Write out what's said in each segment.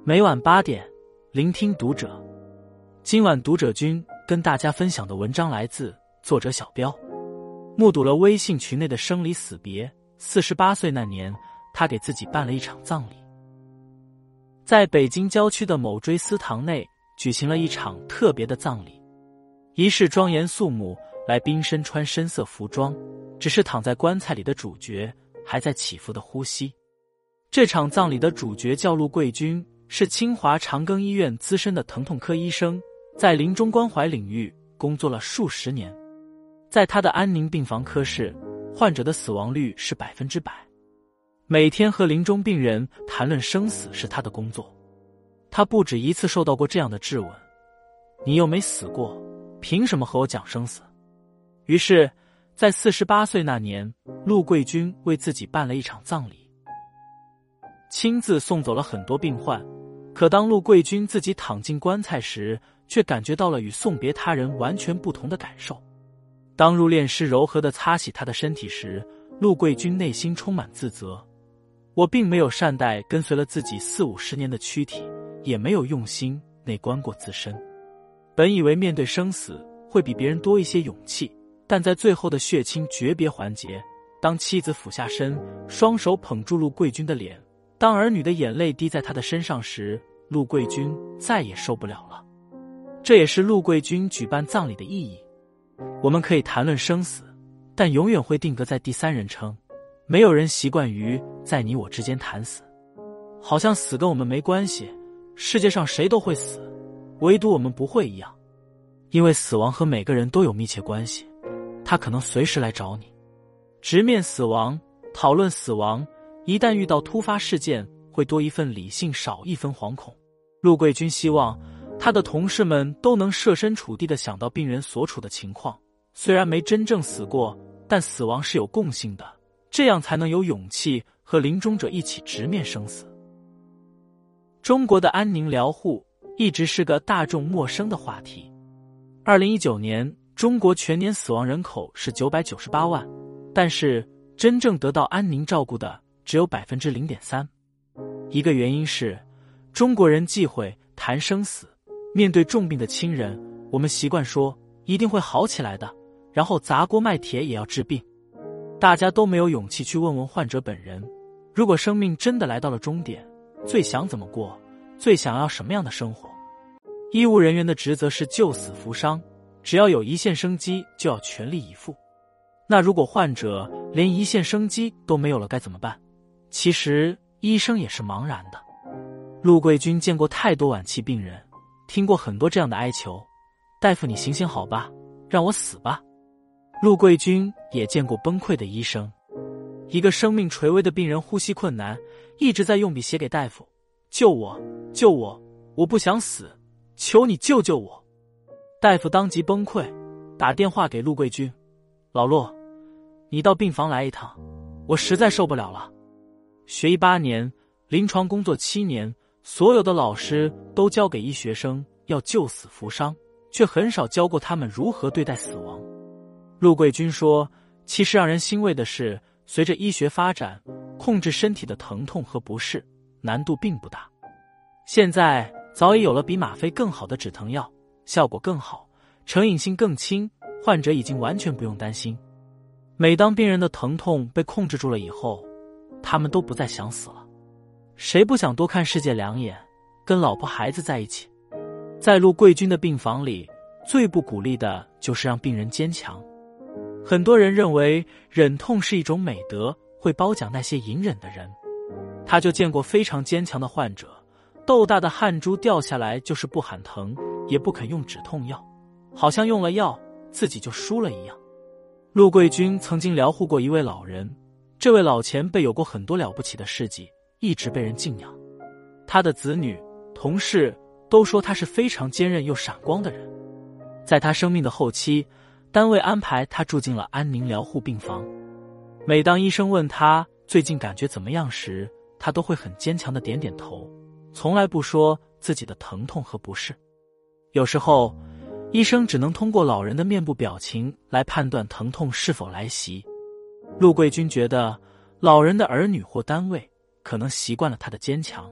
每晚8点，聆听读者。今晚读者君跟大家分享的文章来自作者小彪。目睹了微信群内的生离死别，48岁那年，他给自己办了一场葬礼。在北京郊区的某追思堂内举行了一场特别的葬礼，仪式庄严肃穆，来宾身穿深色服装，只是躺在棺材里的主角还在起伏的呼吸。这场葬礼的主角叫陆桂军，是清华长庚医院资深的疼痛科医生，在临终关怀领域工作了数十年。在他的安宁病房科室，患者的死亡率是100%。每天和临终病人谈论生死是他的工作。他不止一次受到过这样的质问：你又没死过，凭什么和我讲生死？于是在48岁那年，陆桂军为自己办了一场葬礼，亲自送走了很多病患。可当陆桂军自己躺进棺材时，却感觉到了与送别他人完全不同的感受。当入殓师柔和地擦洗他的身体时，陆桂军内心充满自责。我并没有善待跟随了自己40-50年的躯体，也没有用心内观过自身。本以为面对生死会比别人多一些勇气，但在最后的血亲诀别环节，当妻子俯下身，双手捧住陆桂军的脸，当儿女的眼泪滴在他的身上时，陆桂军再也受不了了。这也是陆桂军举办葬礼的意义。我们可以谈论生死，但永远会定格在第三人称，没有人习惯于在你我之间谈死，好像死跟我们没关系，世界上谁都会死，唯独我们不会一样。因为死亡和每个人都有密切关系，他可能随时来找你。直面死亡，讨论死亡，一旦遇到突发事件，会多一份理性，少一分惶恐。陆桂军希望他的同事们都能设身处地地想到病人所处的情况，虽然没真正死过，但死亡是有共性的，这样才能有勇气和临终者一起直面生死。中国的安宁疗护一直是个大众陌生的话题。2019年，中国全年死亡人口是998万，但是真正得到安宁照顾的只有 0.3%。一个原因是中国人忌讳谈生死，面对重病的亲人，我们习惯说一定会好起来的，然后砸锅卖铁也要治病。大家都没有勇气去问问患者本人，如果生命真的来到了终点，最想怎么过，最想要什么样的生活。医务人员的职责是救死扶伤，只要有一线生机就要全力以赴。那如果患者连一线生机都没有了该怎么办？其实医生也是茫然的。陆桂军见过太多晚期病人，听过很多这样的哀求：大夫你行行好吧，让我死吧。陆桂军也见过崩溃的医生，一个生命垂危的病人呼吸困难，一直在用笔写给大夫：救我，救我，我不想死，求你救救我。大夫当即崩溃，打电话给陆桂军：老陆，你到病房来一趟，我实在受不了了。学医8年，临床工作7年，所有的老师都教给医学生要救死扶伤，却很少教过他们如何对待死亡。陆桂军说，其实让人欣慰的是，随着医学发展，控制身体的疼痛和不适难度并不大。现在早已有了比吗啡更好的止疼药，效果更好，成瘾性更轻，患者已经完全不用担心。每当病人的疼痛被控制住了以后，他们都不再想死了。谁不想多看世界2眼，跟老婆孩子在一起？在陆桂军的病房里，最不鼓励的就是让病人坚强。很多人认为忍痛是一种美德，会褒奖那些隐忍的人。他就见过非常坚强的患者，豆大的汗珠掉下来就是不喊疼，也不肯用止痛药，好像用了药自己就输了一样。陆桂军曾经疗护过一位老人，这位老前辈有过很多了不起的事迹，一直被人敬仰。他的子女、同事都说他是非常坚韧又闪光的人。在他生命的后期，单位安排他住进了安宁疗护病房。每当医生问他最近感觉怎么样时，他都会很坚强地点点头，从来不说自己的疼痛和不适。有时候医生只能通过老人的面部表情来判断疼痛是否来袭。陆桂军觉得老人的儿女或单位可能习惯了他的坚强，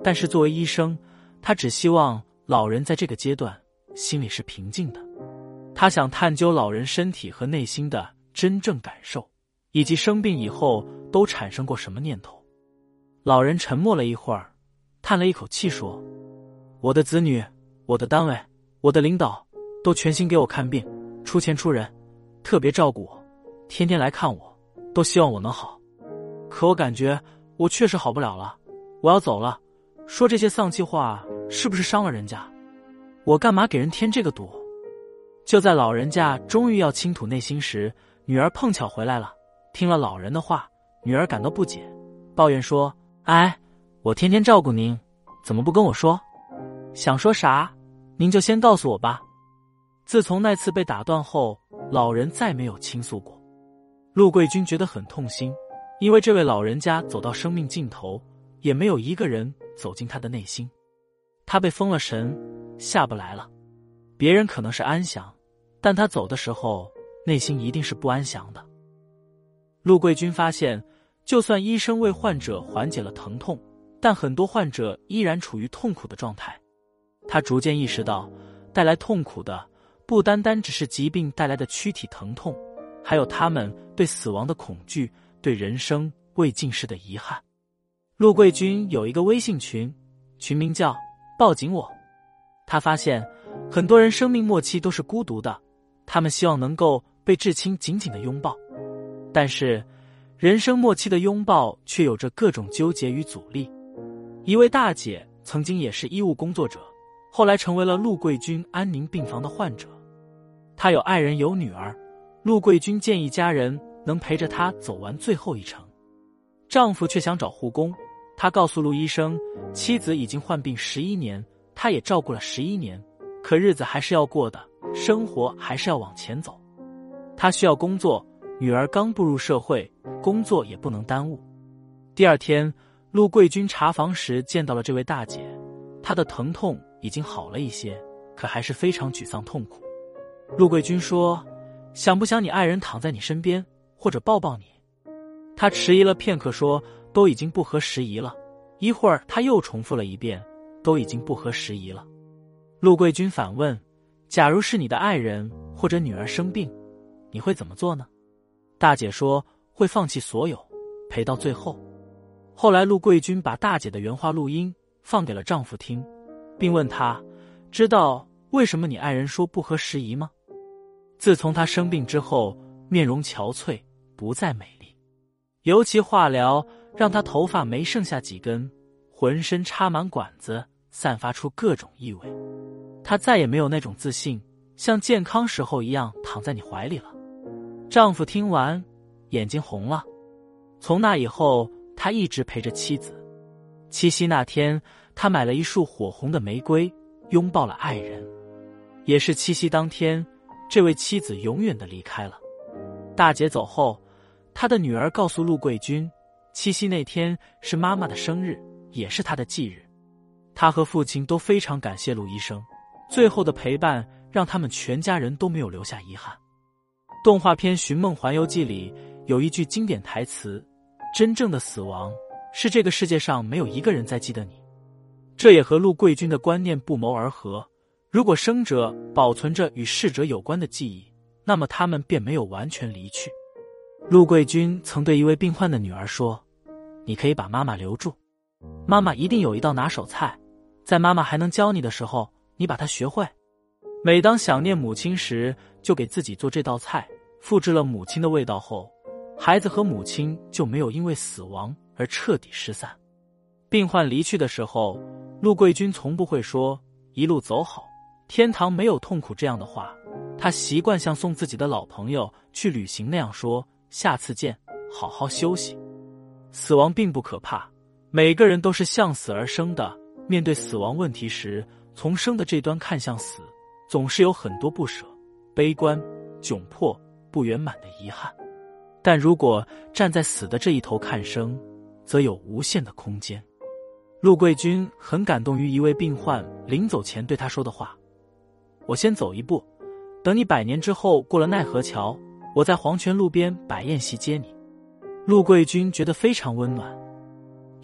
但是作为医生，他只希望老人在这个阶段心里是平静的。他想探究老人身体和内心的真正感受，以及生病以后都产生过什么念头。老人沉默了一会儿，叹了一口气说：我的子女，我的单位，我的领导都全心给我看病，出钱出人，特别照顾我，天天来看我，都希望我能好。可我感觉我确实好不了了，我要走了，说这些丧气话是不是伤了人家？我干嘛给人添这个堵？就在老人家终于要倾吐内心时，女儿碰巧回来了。听了老人的话，女儿感到不解，抱怨说：哎，我天天照顾您，怎么不跟我说？想说啥，您就先告诉我吧。自从那次被打断后，老人再没有倾诉过。陆桂君觉得很痛心，因为这位老人家走到生命尽头，也没有一个人走进他的内心。他被封了神，下不来了。别人可能是安详，但他走的时候，内心一定是不安详的。陆桂君发现，就算医生为患者缓解了疼痛，但很多患者依然处于痛苦的状态。他逐渐意识到，带来痛苦的不单单只是疾病带来的躯体疼痛，还有他们对死亡的恐惧，对人生未尽事的遗憾。陆桂君有一个微信群，群名叫抱紧我。他发现很多人生命末期都是孤独的，他们希望能够被至亲紧紧地拥抱，但是人生末期的拥抱却有着各种纠结与阻力。一位大姐曾经也是医务工作者，后来成为了陆桂君安宁病房的患者。她有爱人有女儿，陆桂君建议家人能陪着她走完最后一程。丈夫却想找护工，她告诉陆医生，妻子已经患病11年，他也照顾了11年，可日子还是要过的，生活还是要往前走。他需要工作，女儿刚步入社会，工作也不能耽误。第二天，陆桂君查房时见到了这位大姐，她的疼痛已经好了一些，可还是非常沮丧痛苦。陆桂君说：想不想你爱人躺在你身边，或者抱抱你？她迟疑了片刻说：都已经不合时宜了。一会儿她又重复了一遍：都已经不合时宜了。陆桂君反问：假如是你的爱人或者女儿生病，你会怎么做呢？大姐说：会放弃所有，陪到最后。后来陆桂君把大姐的原话录音放给了丈夫听，并问他：知道为什么你爱人说不合时宜吗？自从她生病之后，面容憔悴，不再美丽，尤其化疗让她头发没剩下几根，浑身插满管子，散发出各种异味。她再也没有那种自信，像健康时候一样躺在你怀里了。丈夫听完，眼睛红了。从那以后，他一直陪着妻子。七夕那天，他买了一束火红的玫瑰，拥抱了爱人。也是七夕当天，这位妻子永远的离开了。大姐走后，她的女儿告诉陆桂君，七夕那天是妈妈的生日，也是她的忌日。她和父亲都非常感谢陆医生，最后的陪伴让他们全家人都没有留下遗憾。动画片《寻梦环游记》里有一句经典台词：真正的死亡是这个世界上没有一个人在记得你。这也和陆桂君的观念不谋而合。如果生者保存着与逝者有关的记忆，那么他们便没有完全离去。陆桂君曾对一位病患的女儿说：你可以把妈妈留住，妈妈一定有一道拿手菜，在妈妈还能教你的时候，你把它学会。每当想念母亲时，就给自己做这道菜，复制了母亲的味道后，孩子和母亲就没有因为死亡而彻底失散。病患离去的时候，陆桂君从不会说一路走好，天堂没有痛苦这样的话，他习惯像送自己的老朋友去旅行那样说：下次见，好好休息。死亡并不可怕，每个人都是向死而生的，面对死亡问题时，从生的这端看向死，总是有很多不舍、悲观、窘迫、不圆满的遗憾。但如果站在死的这一头看生，则有无限的空间。陆桂君很感动于一位病患临走前对他说的话：我先走一步，等你100年之后过了奈何桥，我在黄泉路边摆宴席接你。陆桂君觉得非常温暖。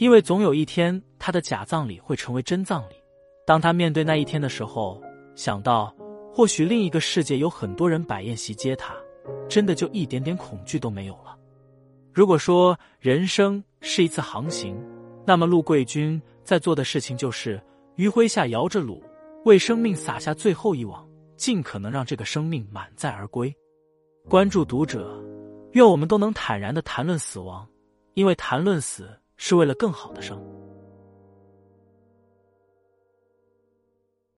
因为总有一天他的假葬礼会成为真葬礼。当他面对那一天的时候，想到或许另一个世界有很多人摆宴席接他，真的就一点点恐惧都没有了。如果说人生是一次航行，那么陆贵君在做的事情就是余晖下摇着橹，为生命撒下最后一网，尽可能让这个生命满载而归。关注读者，愿我们都能坦然地谈论死亡，因为谈论死是为了更好的生。